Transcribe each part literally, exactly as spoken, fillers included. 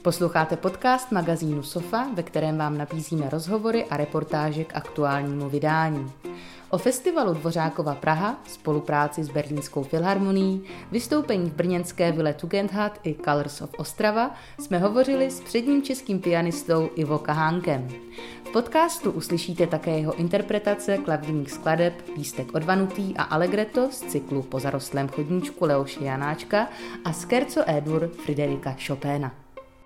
Posloucháte podcast magazínu Sofa, ve kterém vám nabízíme rozhovory a reportáže k aktuálnímu vydání. O festivalu Dvořákova Praha, spolupráci s Berlínskou filharmonií, vystoupení v brněnské vile Tugendhat i Colors of Ostrava jsme hovořili s předním českým pianistou Ivo Kahánkem. V podcastu uslyšíte také jeho interpretace klavírních skladeb Lístek od Vanutý a Allegretto z cyklu Po zarostlém chodníčku Leoše Janáčka a Scherzo E-dur Friderika Chopina.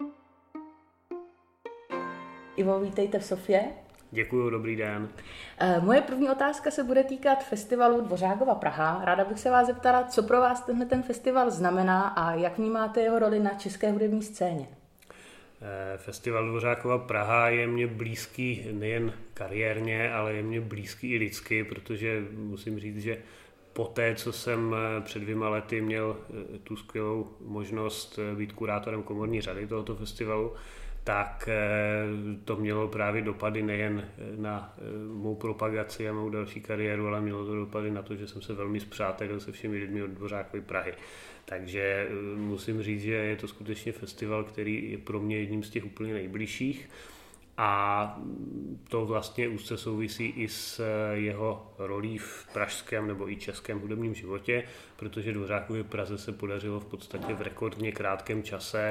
Ivo, vítejte v Sofě. Děkuju, dobrý den. Moje první otázka se bude týkat festivalu Dvořákova Praha. Ráda bych se vás zeptala, co pro vás tenhle ten festival znamená a jak vnímáte jeho roli na české hudební scéně? Festival Dvořákova Praha je mně blízký nejen kariérně, ale je mně blízký i lidsky, protože musím říct, že poté, co jsem před dvěma lety měl tu skvělou možnost být kurátorem komorní řady tohoto festivalu, tak to mělo právě dopady nejen na mou propagaci a mou další kariéru, ale mělo to dopady na to, že jsem se velmi spřátelil se všemi lidmi od Dvořákovy Prahy. Takže musím říct, že je to skutečně festival, který je pro mě jedním z těch úplně nejbližších a to vlastně úzce souvisí i s jeho rolí v pražském nebo i českém hudebním životě, protože Dvořákově Praze se podařilo v podstatě v rekordně krátkém čase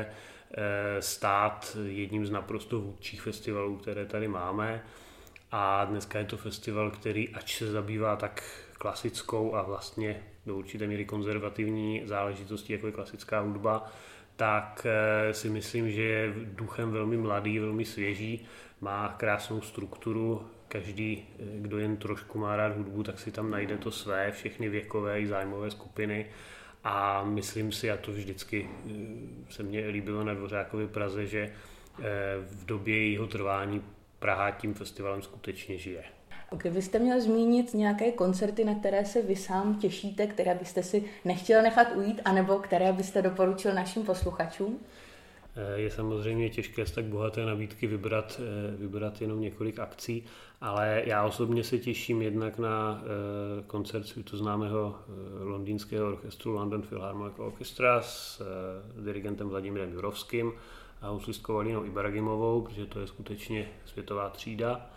stát jedním z naprosto vůdčích festivalů, které tady máme. A dneska je to festival, který ač se zabývá tak klasickou a vlastně do určité míry konzervativní záležitostí, jako je klasická hudba, tak si myslím, že je duchem velmi mladý, velmi svěží, má krásnou strukturu. Každý, kdo jen trošku má rád hudbu, tak si tam najde to své, všechny věkové i zájmové skupiny. A myslím si, a to vždycky se mně líbilo na Dvořákově Praze, že v době jejího trvání Praha tím festivalem skutečně žije. Kdybyste měl zmínit nějaké koncerty, na které se vy sám těšíte, které byste si nechtěl nechat ujít, anebo které byste doporučil našim posluchačům? Je samozřejmě těžké z tak bohaté nabídky vybrat, vybrat jenom několik akcí, ale já osobně se těším jednak na koncert světoznámého londýnského orchestru London Philharmonic Orchestra s dirigentem Vladimírem Jurovským a houslistou Alinou Ibragimovou, protože to je skutečně světová třída.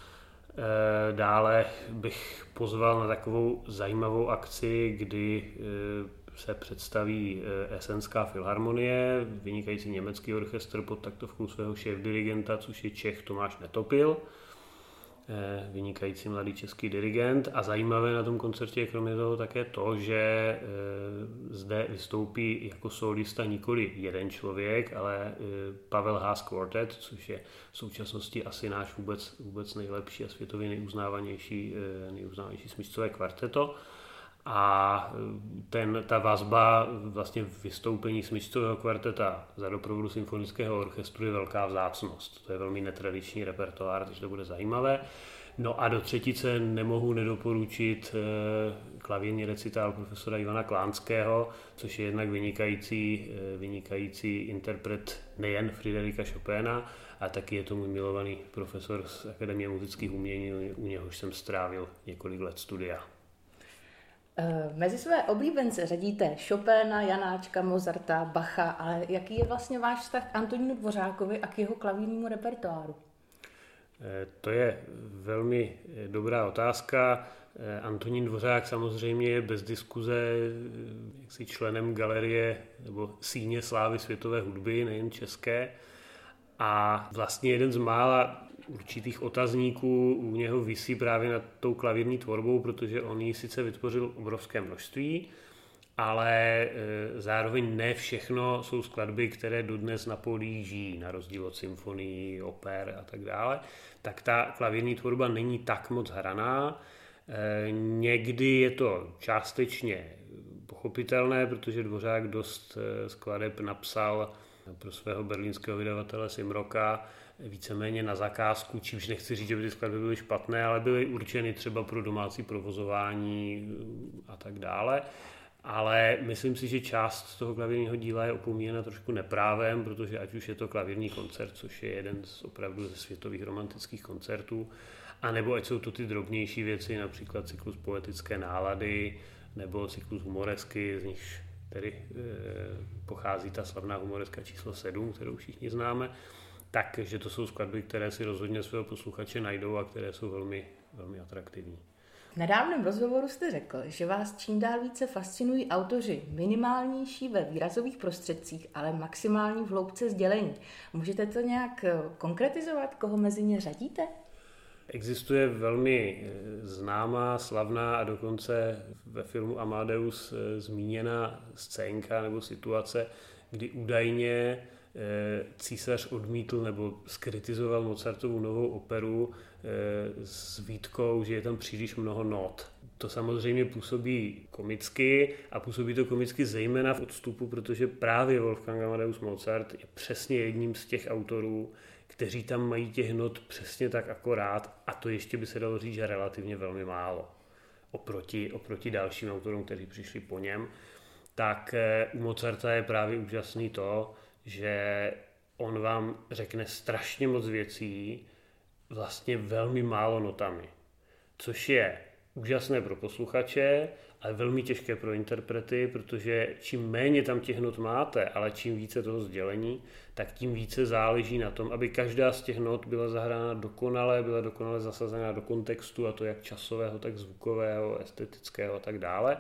Dále bych pozval na takovou zajímavou akci, kdy se představí Essenská filharmonie, vynikající německý orchestr pod taktovkou svého šéfdirigenta, což je Čech Tomáš Netopil, vynikající mladý český dirigent. A zajímavé na tom koncertě je kromě toho také to, že zde vystoupí jako solista nikoli jeden člověk, ale Pavel Haas Quartet, což je v současnosti asi náš vůbec, vůbec nejlepší a světově nejuznávanější, nejuznávanější smyčcové kvarteto. A ten, ta vazba vlastně vystoupení smyčcového kvarteta za doprovodu symfonického orchestru je velká vzácnost. To je velmi netradiční repertoár, takže to bude zajímavé. No a do třetice nemohu nedoporučit klavírní recitál profesora Ivana Klánského, což je jednak vynikající, vynikající interpret nejen Friderika Chopina, a taky je to můj milovaný profesor z Akademie muzických umění, u něhož jsem strávil několik let studia. Mezi své oblíbence řadíte Chopina, Janáčka, Mozarta, Bacha, ale jaký je vlastně váš vztah k Antonínu Dvořákovi a k jeho klavírnímu repertoáru? To je velmi dobrá otázka. Antonín Dvořák samozřejmě je bez diskuze jaksi členem galerie nebo síně slávy světové hudby, nejen české. A vlastně jeden z mála určitých otazníků u něho visí právě nad tou klavírní tvorbou, protože on ji sice vytvořil obrovské množství, ale zároveň ne všechno jsou skladby, které dodnes na pódiích žijí, na rozdíl od symfonií, oper a tak dále. Tak ta klavírní tvorba není tak moc hraná. Někdy je to částečně pochopitelné, protože Dvořák dost skladeb napsal pro svého berlínského vydavatele Simroka víceméně na zakázku, čímž nechci říct, že by ty skladby byly špatné, ale byly určeny třeba pro domácí provozování a tak dále. Ale myslím si, že část toho klavírního díla je opomíjena trošku neprávem, protože ať už je to klavírní koncert, což je jeden z opravdu ze světových romantických koncertů, anebo ať jsou to ty drobnější věci, například cyklus Poetické nálady, nebo cyklus Humoresky, z nichž tedy e, pochází ta slavná humoreska číslo sedm, kterou všichni známe, takže to jsou skladby, které si rozhodně svého posluchače najdou a které jsou velmi, velmi atraktivní. V nedávném rozhovoru jste řekl, že vás čím dál více fascinují autoři minimálnější ve výrazových prostředcích, ale maximální v hloubce sdělení. Můžete to nějak konkretizovat, koho mezi ně řadíte? Existuje velmi známá, slavná a dokonce ve filmu Amadeus zmíněná scénka nebo situace, kdy údajně císař odmítl nebo skritizoval Mozartovu novou operu s výtkou, že je tam příliš mnoho not. To samozřejmě působí komicky a působí to komicky zejména v odstupu, protože právě Wolfgang Amadeus Mozart je přesně jedním z těch autorů, kteří tam mají těch not přesně tak akorát, a to ještě by se dalo říct, že relativně velmi málo. Oproti, oproti dalším autorům, kteří přišli po něm, tak u Mozarta je právě úžasný to, že on vám řekne strašně moc věcí vlastně velmi málo notami, což je úžasné pro posluchače, ale velmi těžké pro interprety, protože čím méně tam těch not máte, ale čím více toho sdělení, tak tím více záleží na tom, aby každá z těch not byla zahrána dokonale, byla dokonale zasazená do kontextu, a to jak časového, tak zvukového, estetického a tak dále.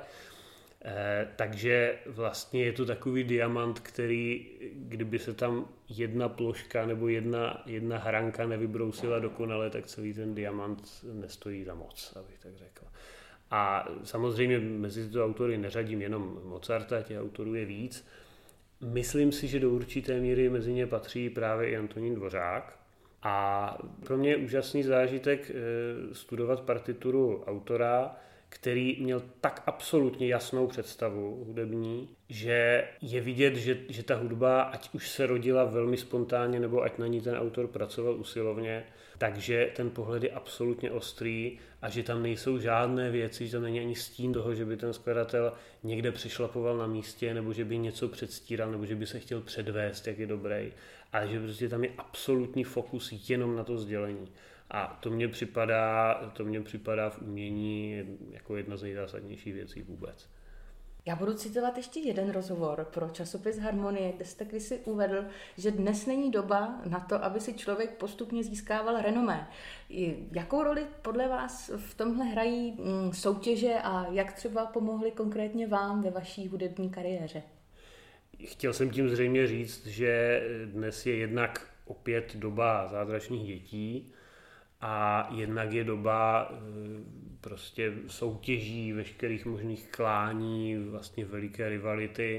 Eh, takže vlastně je to takový diamant, který, kdyby se tam jedna ploška nebo jedna, jedna hranka nevybrousila dokonale, tak celý ten diamant nestojí za moc, abych tak řekl. A samozřejmě mezi tyto autory neřadím jenom Mozarta, těch autorů je víc. Myslím si, že do určité míry mezi ně patří právě i Antonín Dvořák. A pro mě je úžasný zážitek studovat partituru autora, který měl tak absolutně jasnou představu hudební, že je vidět, že, že ta hudba, ať už se rodila velmi spontánně, nebo ať na ní ten autor pracoval usilovně, takže ten pohled je absolutně ostrý a že tam nejsou žádné věci, že tam není ani stín toho, že by ten skladatel někde přešlapoval na místě, nebo že by něco předstíral, nebo že by se chtěl předvést, jak je dobrý, ale že prostě tam je absolutní fokus jenom na to sdělení. A to mně připadá, to mně připadá v umění jako jedna z nejzásadnějších věcí vůbec. Já budu citovat ještě jeden rozhovor pro časopis Harmonie, kde jste kdysi uvedl, že dnes není doba na to, aby si člověk postupně získával renomé. Jakou roli podle vás v tomhle hrají soutěže a jak třeba pomohly konkrétně vám ve vaší hudební kariéře? Chtěl jsem tím zřejmě říct, že dnes je jednak opět doba zázračných dětí, a jednak je doba prostě soutěží, veškerých možných klání, vlastně veliké rivality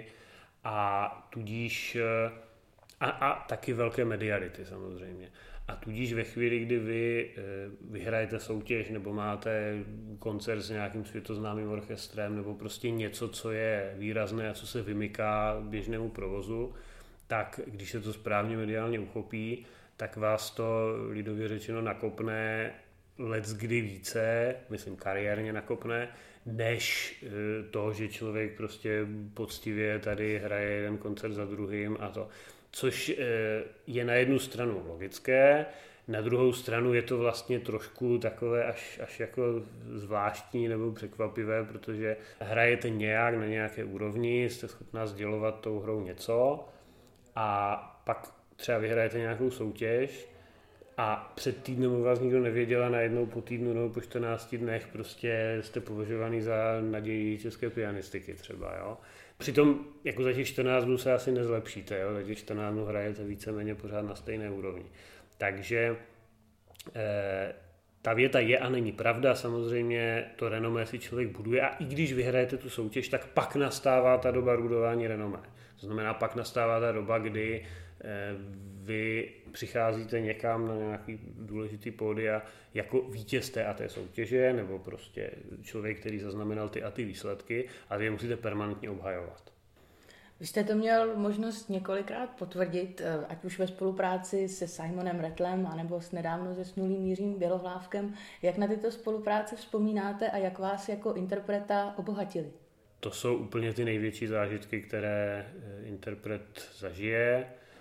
a tudíž a, a taky velké mediality samozřejmě. A tudíž ve chvíli, kdy vy vyhrajete soutěž nebo máte koncert s nějakým světoznámým orchestrem nebo prostě něco, co je výrazné a co se vymyká běžnému provozu, tak když se to správně mediálně uchopí, tak vás to lidově řečeno nakopne leckdy více, myslím kariérně nakopne, než to, že člověk prostě poctivě tady hraje jeden koncert za druhým a to. Což je na jednu stranu logické, na druhou stranu je to vlastně trošku takové až, až jako zvláštní nebo překvapivé, protože hrajete nějak na nějaké úrovni, jste schopná sdělovat tou hrou něco a pak třeba vyhrajete nějakou soutěž a před týdnem u vás nikdo nevěděl a najednou po týdnu nebo po čtrnácti dnech prostě jste považovaný za naději české pianistiky třeba, jo. Přitom jako za těch čtrnáct dnů se asi nezlepšíte, jo, za těch čtrnáct dnů hrajete víceméně pořád na stejné úrovni. Takže eh, ta věta je a není pravda, samozřejmě to renomé si člověk buduje a i když vyhrajete tu soutěž, tak pak nastává ta doba budování renomé. To znamená, pak nastává ta doba, kdy vy přicházíte někam na nějaký důležitý pódia jako vítěz té a té soutěže nebo prostě člověk, který zaznamenal ty a ty výsledky a vy je musíte permanentně obhajovat. Vy jste to měl možnost několikrát potvrdit, ať už ve spolupráci se Simonem Rattlem anebo s nedávno zesnulým Jiřím Bělohlávkem. Jak na tyto spolupráce vzpomínáte a jak vás jako interpreta obohatili? To jsou úplně ty největší zážitky, které interpret zažije.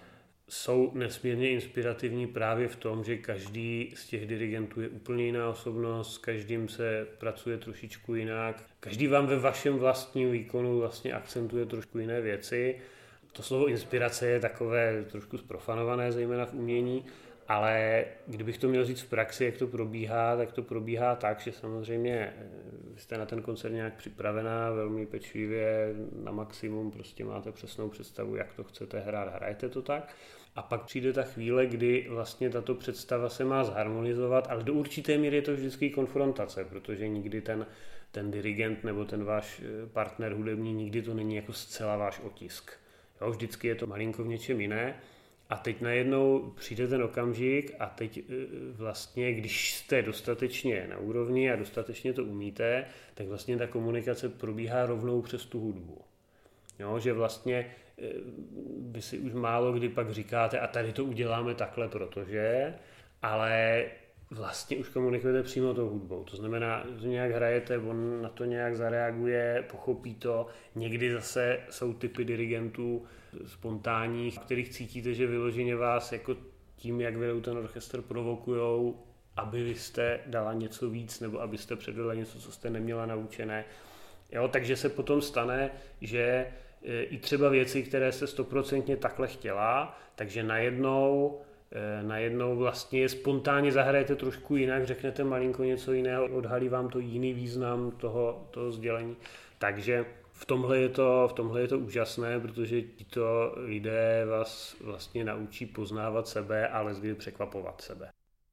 jsou nesmírně inspirativní právě v tom, že každý z těch dirigentů je úplně jiná osobnost, s každým se pracuje trošičku jinak, každý vám ve vašem vlastním výkonu vlastně akcentuje trošku jiné věci. To slovo inspirace je takové trošku zprofanované, zejména v umění, ale kdybych to měl říct v praxi, jak to probíhá, tak to probíhá tak, že samozřejmě vy jste na ten koncert nějak připravená, velmi pečlivě, na maximum, prostě máte přesnou představu, jak to chcete hrát, hrajete to tak. A pak přijde ta chvíle, kdy vlastně tato představa se má zharmonizovat, ale do určité míry je to vždycky konfrontace, protože nikdy ten, ten dirigent nebo ten váš partner hudební, nikdy to není jako zcela váš otisk. Jo, vždycky je to malinko v něčem jiné. A teď najednou přijde ten okamžik a teď vlastně, když jste dostatečně na úrovni a dostatečně to umíte, tak vlastně ta komunikace probíhá rovnou přes tu hudbu. Jo, že vlastně vy si už málo kdy pak říkáte a tady to uděláme takhle, protože, ale vlastně už komunikujete přímo tou hudbou. To znamená, že nějak hrajete, on na to nějak zareaguje, pochopí to. Někdy zase jsou typy dirigentů spontánních, kterých cítíte, že vyloženě vás jako tím, jak vedou ten orchestr, provokujou, aby vy jste dala něco víc, nebo abyste předvedla něco, co jste neměla naučené. Jo, takže se potom stane, že i třeba věci, které jste stoprocentně takhle chtěla, takže najednou najednou vlastně spontánně zahrajete trošku jinak, řeknete malinko něco jiného, odhalí vám to jiný význam toho, toho sdělení. Takže v tomhle je to, v tomhle je to úžasné, protože tito lidé vás vlastně naučí poznávat sebe a leckdy překvapovat sebe.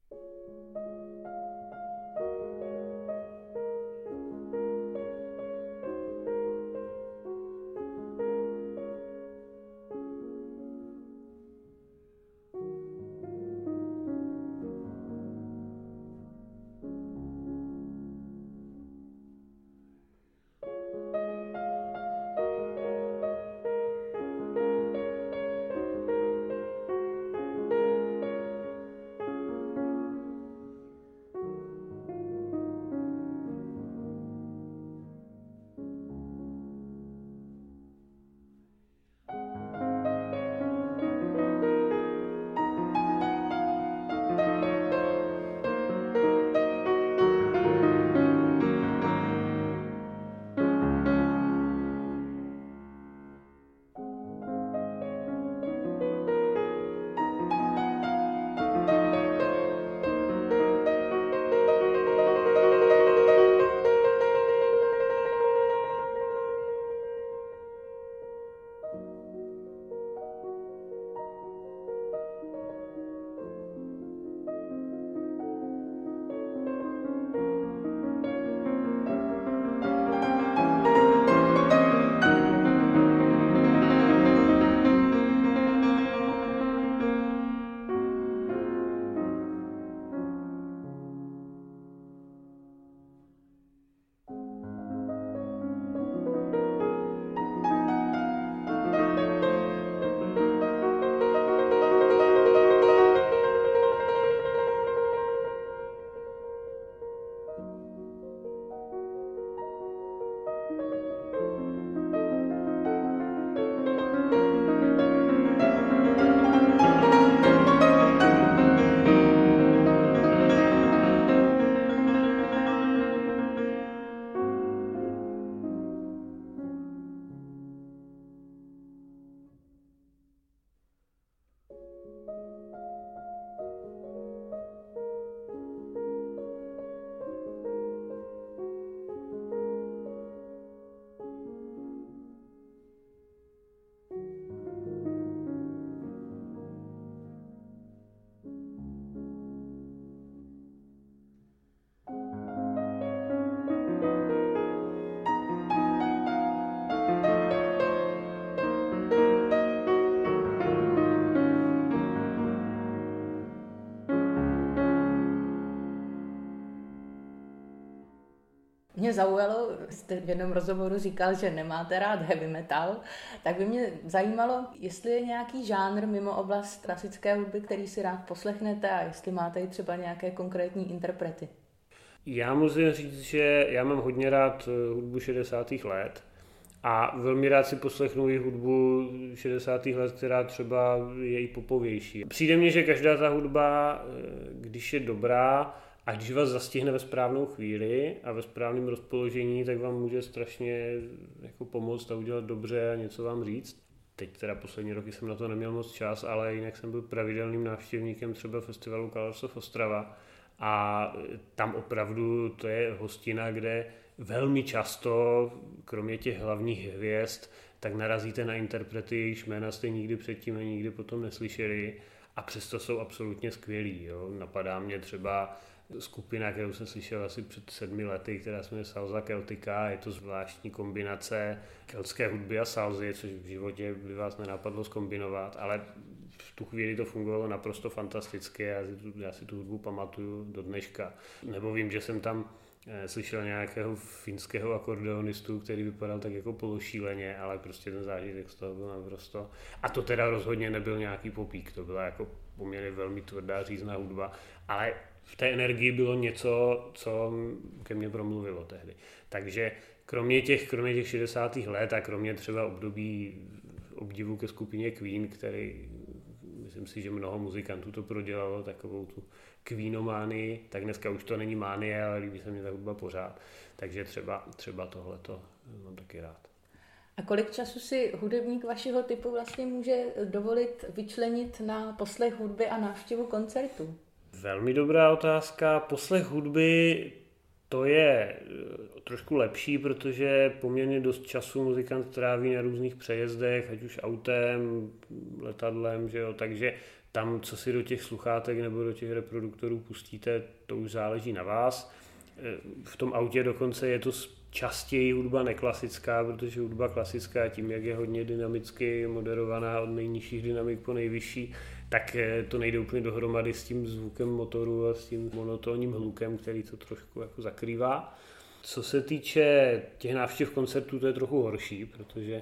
Mě zaujalo, jste v jednom rozhovoru říkal, že nemáte rád heavy metal, tak by mě zajímalo, jestli je nějaký žánr mimo oblast klasické hudby, který si rád poslechnete a jestli máte i třeba nějaké konkrétní interprety. Já musím říct, že já mám hodně rád hudbu šedesátých let A velmi rád si poslechnu i hudbu šedesátých let, která třeba je i popovější. Přijde mně, že každá ta hudba, když je dobrá a když vás zastihne ve správnou chvíli a ve správném rozpoložení, tak vám může strašně jako pomoct a udělat dobře a něco vám říct. Teď teda poslední roky jsem na to neměl moc čas, ale jinak jsem byl pravidelným návštěvníkem třeba festivalu Colors of Ostrava a tam opravdu to je hostina, kde velmi často, kromě těch hlavních hvězd, tak narazíte na interprety, jejichž jména jste nikdy předtím a nikdy potom neslyšeli a přesto jsou absolutně skvělí. Jo. Napadá mě třeba skupina, kterou jsem slyšel asi před sedmi lety, která se jmenuje Salsa Celtica. Je to zvláštní kombinace keltské hudby a salsy, což v životě by vás nenapadlo zkombinovat, ale v tu chvíli to fungovalo naprosto fantasticky a já si tu hudbu pamatuju do dneška. Nebo vím, že jsem tam slyšel nějakého finského akordeonistu, který vypadal tak jako pološíleně, ale prostě ten zážitek z toho byl naprosto. A to teda rozhodně nebyl nějaký popík, to byla jako poměrně velmi tvrdá řízná hudba, ale v té energii bylo něco, co ke mně promluvilo tehdy. Takže kromě těch, kromě těch šedesátých let a kromě třeba období obdivu ke skupině Queen, který myslím si, že mnoho muzikantů to prodělalo, takovou tu Queenománii, tak dneska už to není mánie, ale líbí se mě ta hudba pořád. Takže třeba, třeba tohleto mám taky rád. A kolik času si hudebník vašeho typu vlastně může dovolit vyčlenit na poslech hudby a návštěvu koncertu? Velmi dobrá otázka. Poslech hudby to je trošku lepší, protože poměrně dost času muzikant tráví na různých přejezdech, ať už autem, letadlem, že jo, takže tam, co si do těch sluchátek nebo do těch reproduktorů pustíte, to už záleží na vás. V tom autě dokonce je to častěji hudba neklasická, protože hudba klasická tím, jak je hodně dynamicky moderovaná od nejnižších dynamik po nejvyšší, tak to nejde úplně dohromady s tím zvukem motoru a s tím monotónním hlukem, který to trošku jako zakrývá. Co se týče těch návštěv koncertů, to je trochu horší, protože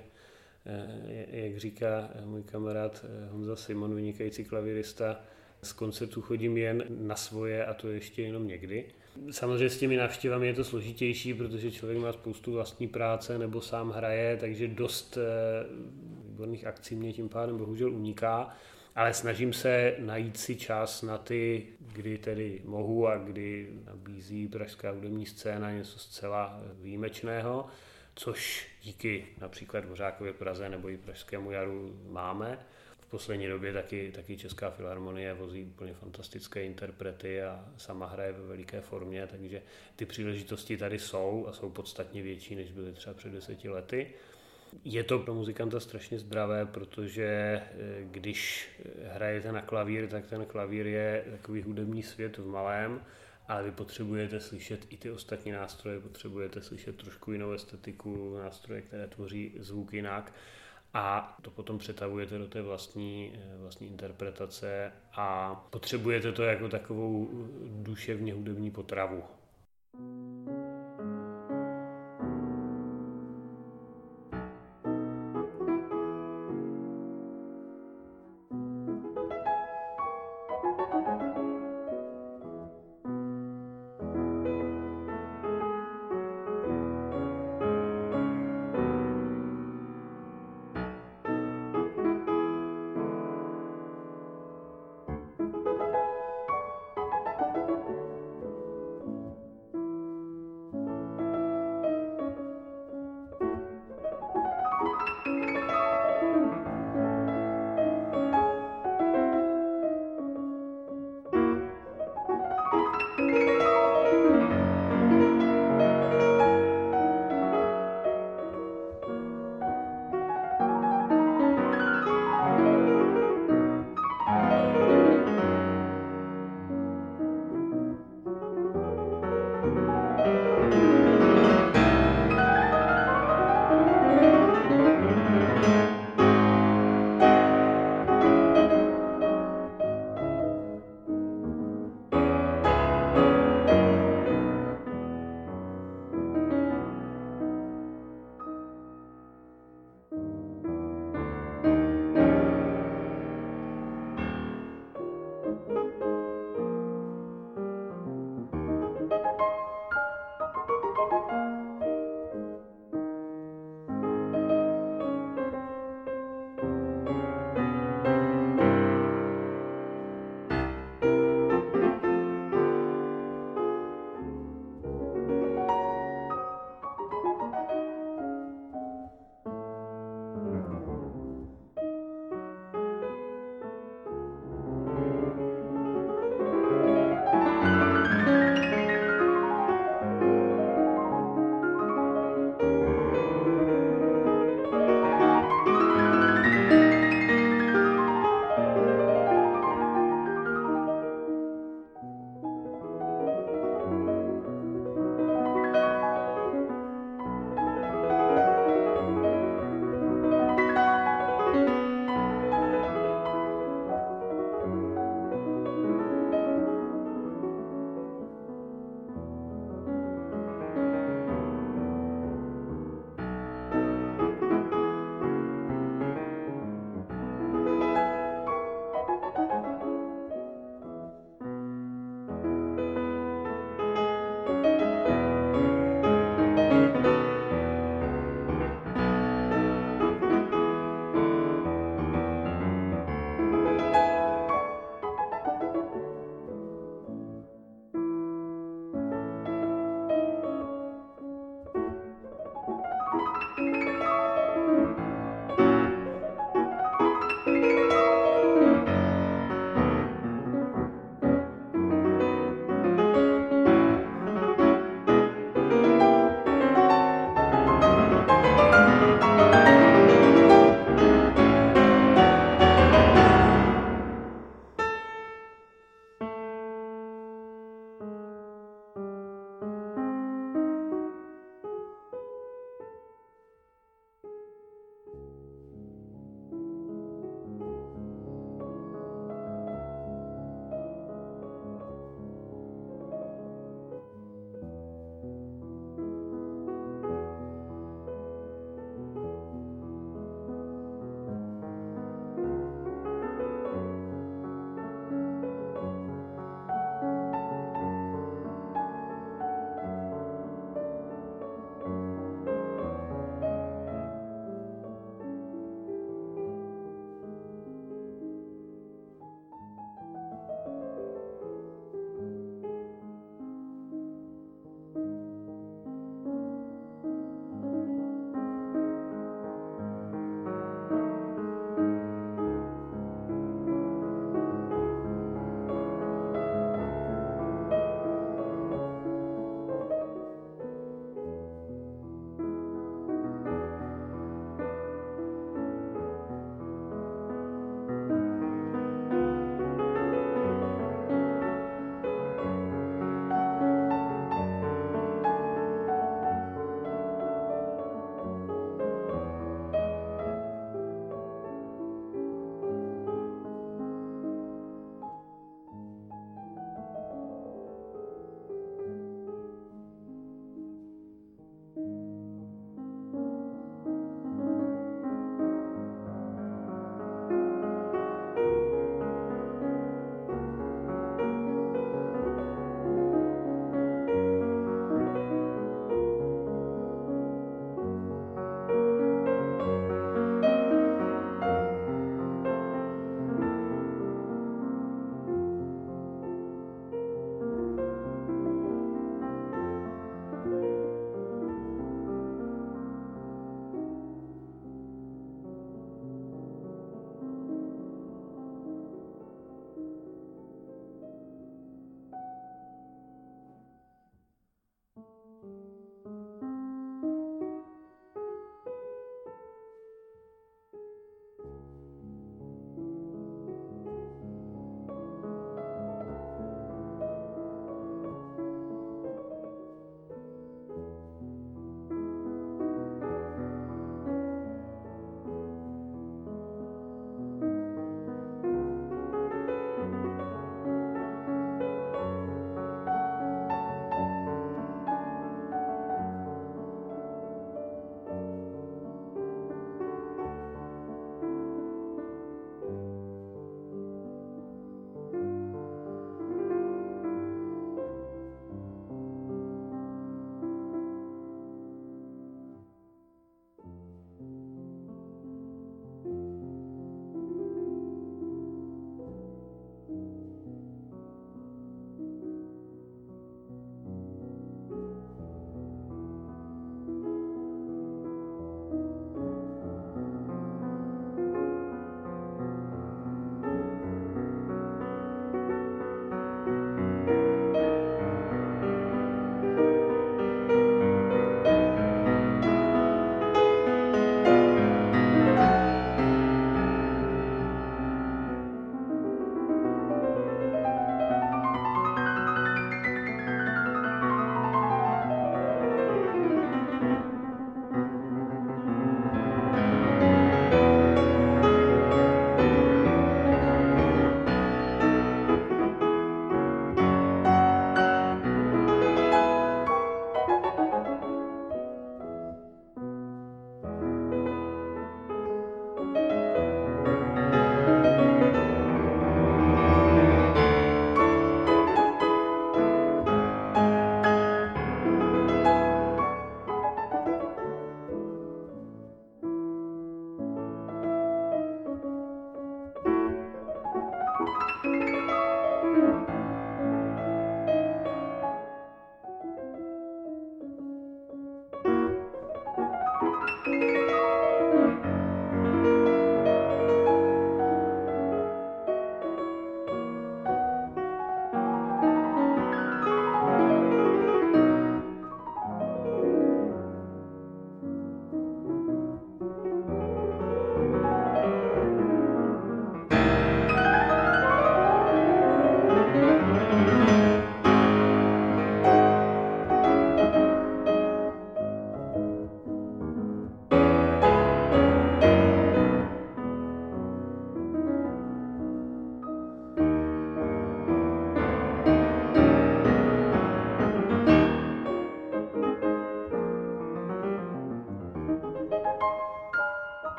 jak říká můj kamarád Honza Simon, vynikající klavirista, z koncertů chodím jen na svoje a to ještě jenom někdy. Samozřejmě s těmi návštěvami je to složitější, protože člověk má spoustu vlastní práce nebo sám hraje, takže dost výborných akcí mě tím pádem bohužel uniká, ale snažím se najít si čas na ty, kdy tedy mohu a kdy nabízí pražská hudební scéna něco zcela výjimečného, což díky například Dvořákově Praze nebo i Pražskému jaru máme. V poslední době taky, taky Česká filharmonie vozí úplně fantastické interprety a sama hraje ve veliké formě, takže ty příležitosti tady jsou a jsou podstatně větší, než byly třeba před deseti lety. Je to pro muzikanta strašně zdravé, protože když hrajete na klavír, tak ten klavír je takový hudební svět v malém, ale vy potřebujete slyšet i ty ostatní nástroje, potřebujete slyšet trošku jinou estetiku, nástroje, které tvoří zvuk jinak a to potom přetavujete do té vlastní, vlastní interpretace a potřebujete to jako takovou duševně hudební potravu.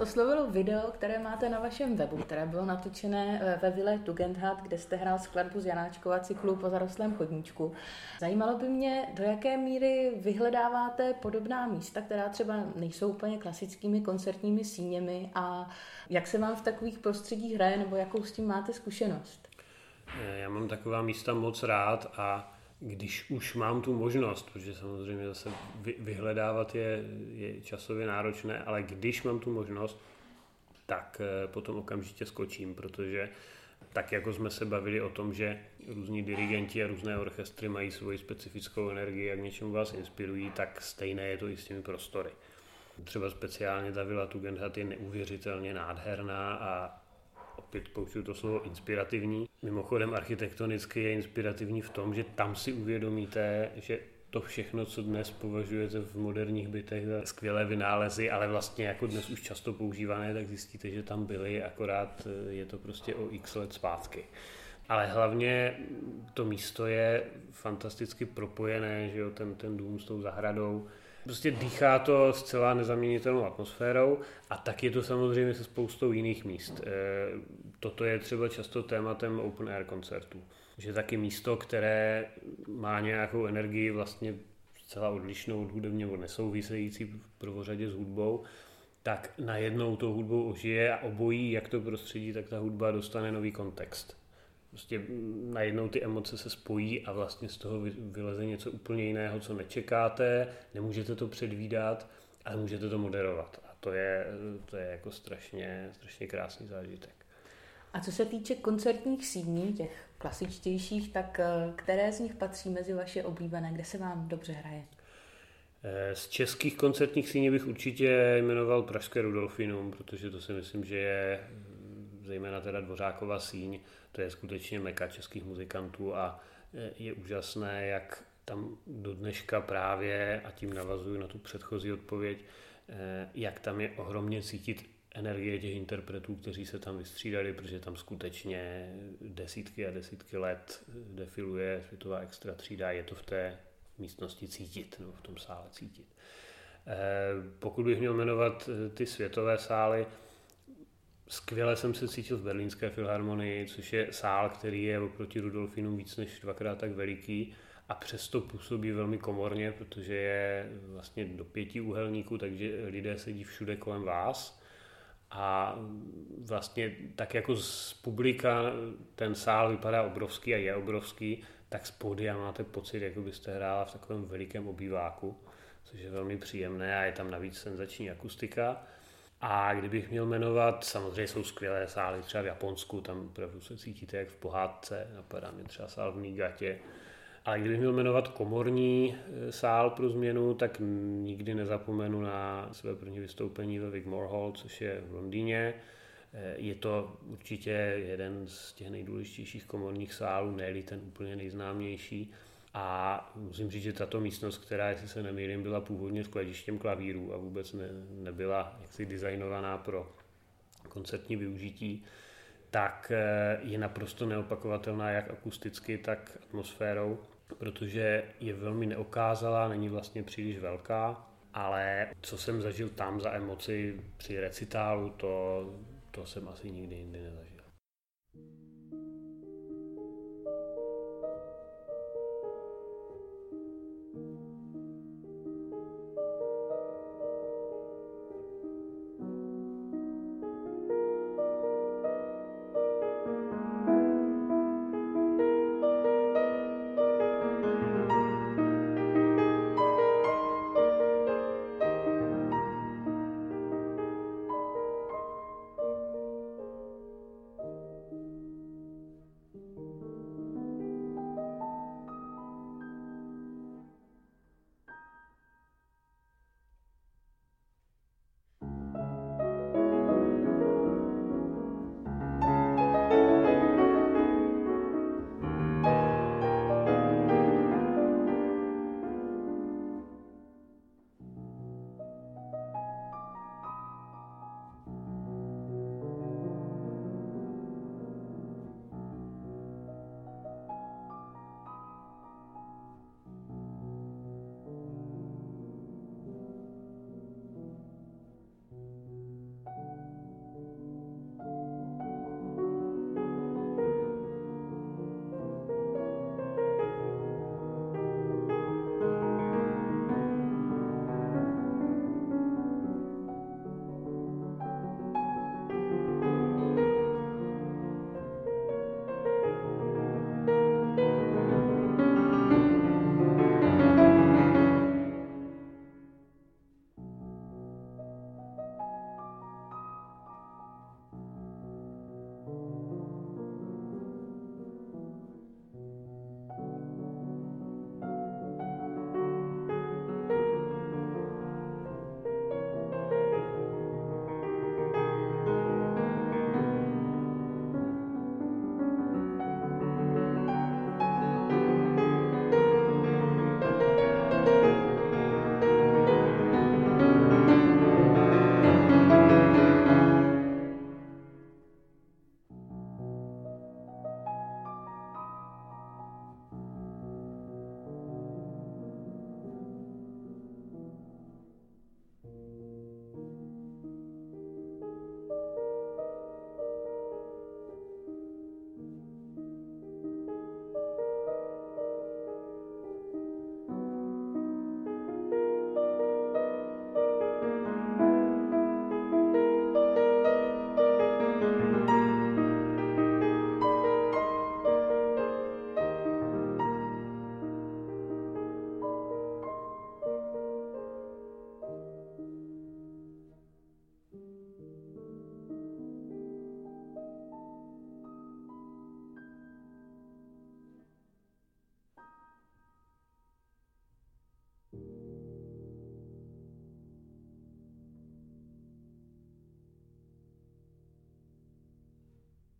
oslovilo video, které máte na vašem webu, které bylo natočené ve vile Tugendhat, kde jste hrál skladbu z Janáčkova cyklu Po zarostlém chodníčku. Zajímalo by mě, do jaké míry vyhledáváte podobná místa, která třeba nejsou úplně klasickými koncertními síněmi a jak se vám v takových prostředích hraje nebo jakou s tím máte zkušenost? Já mám taková místa moc rád a když už mám tu možnost, protože samozřejmě zase vyhledávat je, je časově náročné, ale když mám tu možnost, tak potom okamžitě skočím, protože tak jako jsme se bavili o tom, že různí dirigenti a různé orchestry mají svoji specifickou energii a k něčemu vás inspirují, tak stejné je to i s těmi prostory. Třeba speciálně ta vila Tugendhat je neuvěřitelně nádherná a opět použiju to slovo inspirativní. Mimochodem architektonicky je inspirativní v tom, že tam si uvědomíte, že to všechno, co dnes považujete v moderních bytech za skvělé vynálezy, ale vlastně jako dnes už často používané, tak zjistíte, že tam byly, akorát je to prostě o x let zpátky. Ale hlavně to místo je fantasticky propojené, že jo, ten, ten dům s tou zahradou. Prostě dýchá to zcela nezaměnitelnou atmosférou a tak je to samozřejmě se spoustou jiných míst. Toto je třeba často tématem open air koncertů. Že taky místo, které má nějakou energii vlastně zcela odlišnou od hudebně od nesouvisející v prvořadě s hudbou, tak najednou tou hudbou ožije a obojí, jak to prostředí, tak ta hudba dostane nový kontext. Prostě najednou ty emoce se spojí a vlastně z toho vyleze něco úplně jiného, co nečekáte, nemůžete to předvídat, ale můžete to moderovat. A to je, to je jako strašně, strašně krásný zážitek. A co se týče koncertních síní, těch klasičtějších, tak které z nich patří mezi vaše oblíbené, kde se vám dobře hraje? Z českých koncertních síní bych určitě jmenoval Pražské Rudolfinum, protože to si myslím, že je zejména teda Dvořákova síň, to je skutečně meka českých muzikantů a je úžasné, jak tam do dneška právě, a tím navazuju na tu předchozí odpověď, jak tam je ohromně cítit energie těch interpretů, kteří se tam vystřídali, protože tam skutečně desítky a desítky let defiluje světová extra třída, je to v té místnosti cítit, nebo v tom sále cítit. Pokud bych měl jmenovat ty světové sály, skvěle jsem se cítil v Berlínské filharmonii, což je sál, který je oproti Rudolfinum víc než dvakrát tak veliký a přesto působí velmi komorně, protože je vlastně do pěti úhelníků, takže lidé sedí všude kolem vás. A vlastně tak jako z publika ten sál vypadá obrovský a je obrovský, tak z pódia máte pocit, jako byste hrála v takovém velikém obýváku, což je velmi příjemné a je tam navíc senzační akustika. A kdybych měl jmenovat, samozřejmě jsou skvělé sály, třeba v Japonsku, tam opravdu se cítíte jak v pohádce, napadá mě třeba sál v Niigatě. Ale kdybych měl jmenovat komorní sál pro změnu, tak nikdy nezapomenu na své první vystoupení ve Wigmore Hall, což je v Londýně. Je to určitě jeden z těch nejdůležitějších komorních sálů, ne-li ten úplně nejznámější. A musím říct, že tato místnost, která, jestli se nemýlím, byla původně skladištěm klavírů a vůbec ne, nebyla jaksi designovaná pro koncertní využití, tak je naprosto neopakovatelná jak akusticky, tak atmosférou, protože je velmi neokázalá, není vlastně příliš velká, ale co jsem zažil tam za emoci při recitálu, to, to jsem asi nikdy jindy nezažil.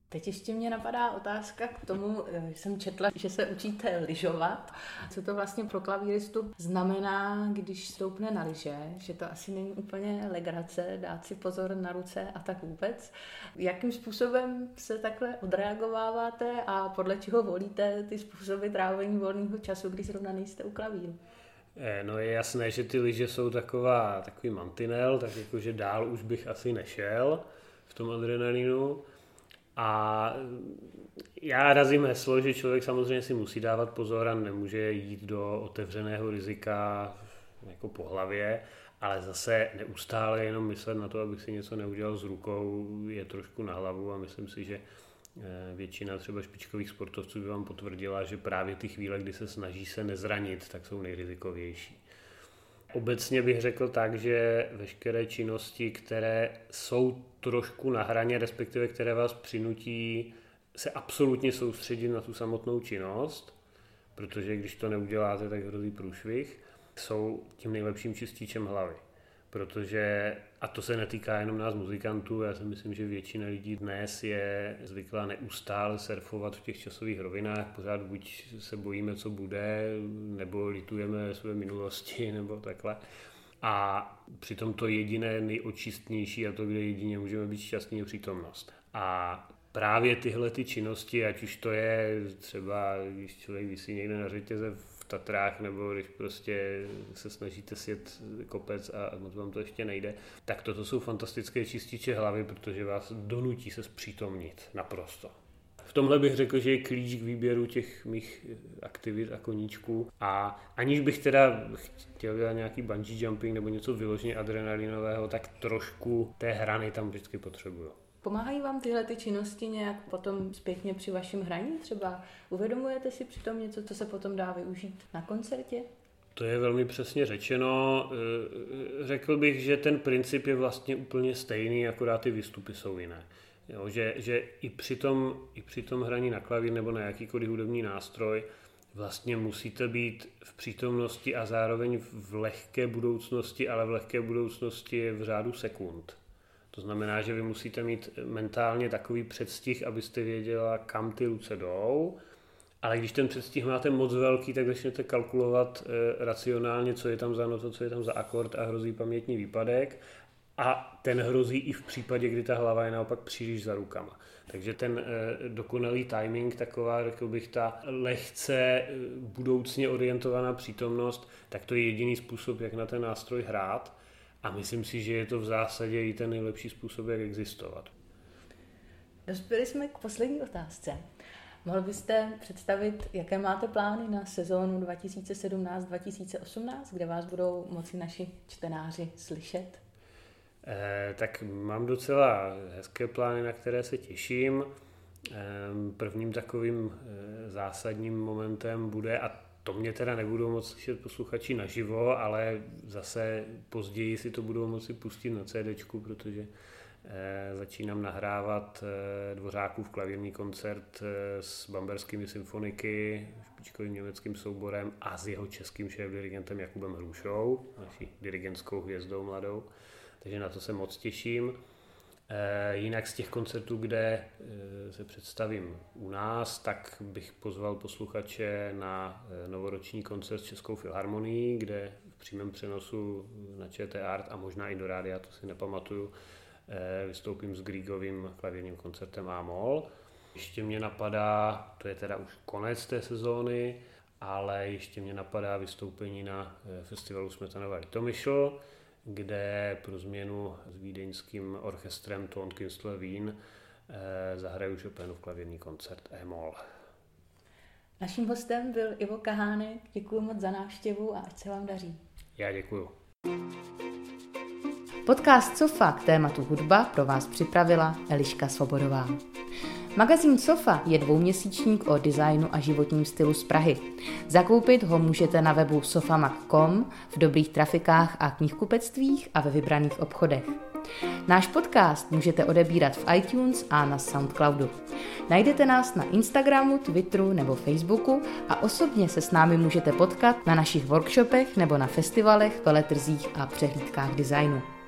Teď ještě mě napadá otázka k tomu, jsem četla, že se učíte lyžovat. Co to vlastně pro klavíristu znamená, když stoupne na lyže, že to asi není úplně legrace, dát si pozor na ruce a tak vůbec. Jakým způsobem se takhle odreagováváte a podle čeho volíte ty způsoby trávení volného času, když zrovna nejste u klavíru? No je jasné, že ty lyže jsou taková, takový mantinel, tak jakože dál už bych asi nešel v tom adrenalinu. A já razím heslo, že člověk samozřejmě si musí dávat pozor a nemůže jít do otevřeného rizika jako po hlavě, ale zase neustále jenom myslet na to, abych si něco neudělal s rukou, je trošku na hlavu a myslím si, že většina třeba špičkových sportovců by vám potvrdila, že právě ty chvíle, kdy se snaží se nezranit, tak jsou nejrizikovější. Obecně bych řekl tak, že veškeré činnosti, které jsou trošku na hraně, respektive které vás přinutí se absolutně soustředit na tu samotnou činnost, protože když to neuděláte, tak hrozí průšvih, jsou tím nejlepším čističem hlavy. Protože, a to se netýká jenom nás muzikantů, já si myslím, že většina lidí dnes je zvyklá neustále surfovat v těch časových rovinách, pořád buď se bojíme, co bude, nebo litujeme své minulosti, nebo takhle. A přitom to jediné nejočistnější a to, kde jedině můžeme být šťastní, je přítomnost. A právě tyhle ty činnosti, ať už to je třeba, když člověk visí někde na řetěze v Tatrách, nebo když prostě se snažíte sjet kopec a moc vám to ještě nejde, tak toto jsou fantastické čističe hlavy, protože vás donutí se zpřítomnit naprosto. V tomhle bych řekl, že je klíč k výběru těch mých aktivit a koníčků. A aniž bych teda chtěl dělat nějaký bungee jumping nebo něco vyloženě adrenalinového, tak trošku té hrany tam vždycky potřebuju. Pomáhají vám tyhle ty činnosti nějak potom zpětně při vašem hraní? Třeba uvědomujete si přitom něco, co se potom dá využít na koncertě? To je velmi přesně řečeno. Řekl bych, že ten princip je vlastně úplně stejný, akorát ty výstupy jsou jiné. Jo, že, že i, při tom, i při tom hraní na klavír nebo na jakýkoliv hudební nástroj vlastně musíte být v přítomnosti a zároveň v lehké budoucnosti, ale v lehké budoucnosti je v řádu sekund. To znamená, že vy musíte mít mentálně takový předstih, abyste věděla, kam ty ruce jdou, ale když ten předstih máte moc velký, tak začnete kalkulovat e, racionálně, co je tam za notu, co je tam za akord a hrozí pamětní výpadek. A ten hrozí i v případě, kdy ta hlava je naopak příliš za rukama. Takže ten e, dokonalý timing, taková, řekl bych, ta lehce budoucně orientovaná přítomnost, tak to je jediný způsob, jak na ten nástroj hrát. A myslím si, že je to v zásadě i ten nejlepší způsob, jak existovat. Dospěli jsme k poslední otázce. Mohl byste představit, jaké máte plány na sezónu dva tisíce sedmnáct dva tisíce osmnáct, kde vás budou moci naši čtenáři slyšet? Eh, tak mám docela hezké plány, na které se těším. Eh, prvním takovým eh, zásadním momentem bude, a to mě teda nebudou moci slyšet posluchači naživo, ale zase později si to budou moci pustit na CDčku, protože eh, začínám nahrávat eh, Dvořákův klavírní koncert eh, s bamberskými symfoniky, špičkovým německým souborem a s jeho českým šéfdirigentem Jakubem Hrušou, naší dirigentskou hvězdou mladou. Takže na to se moc těším. E, jinak z těch koncertů, kde e, se představím u nás, tak bych pozval posluchače na e, novoroční koncert s Českou filharmonií, kde v přímém přenosu na ČT Art a možná i do rádia, to si nepamatuju, e, vystoupím s Griegovým klavírním koncertem A-moll. Ještě mě napadá, to je teda už konec té sezóny, ale ještě mě napadá vystoupení na e, festivalu Smetanova Litomyšl, kde pro změnu s vídeňským orchestrem Tonkünstler Wien eh, zahraju Chopinův klavírní koncert E-moll. Naším hostem byl Ivo Kahánek. Děkuji moc za návštěvu a ať se vám daří. Já děkuju. Podcast Sofa k tématu hudba pro vás připravila Eliška Svobodová. Magazín Sofa je dvouměsíčník o designu a životním stylu z Prahy. Zakoupit ho můžete na webu sofamag tečka com, v dobrých trafikách a knihkupectvích a ve vybraných obchodech. Náš podcast můžete odebírat v iTunes a na Soundcloudu. Najdete nás na Instagramu, Twitteru nebo Facebooku a osobně se s námi můžete potkat na našich workshopech nebo na festivalech, veletrzích a přehlídkách designu.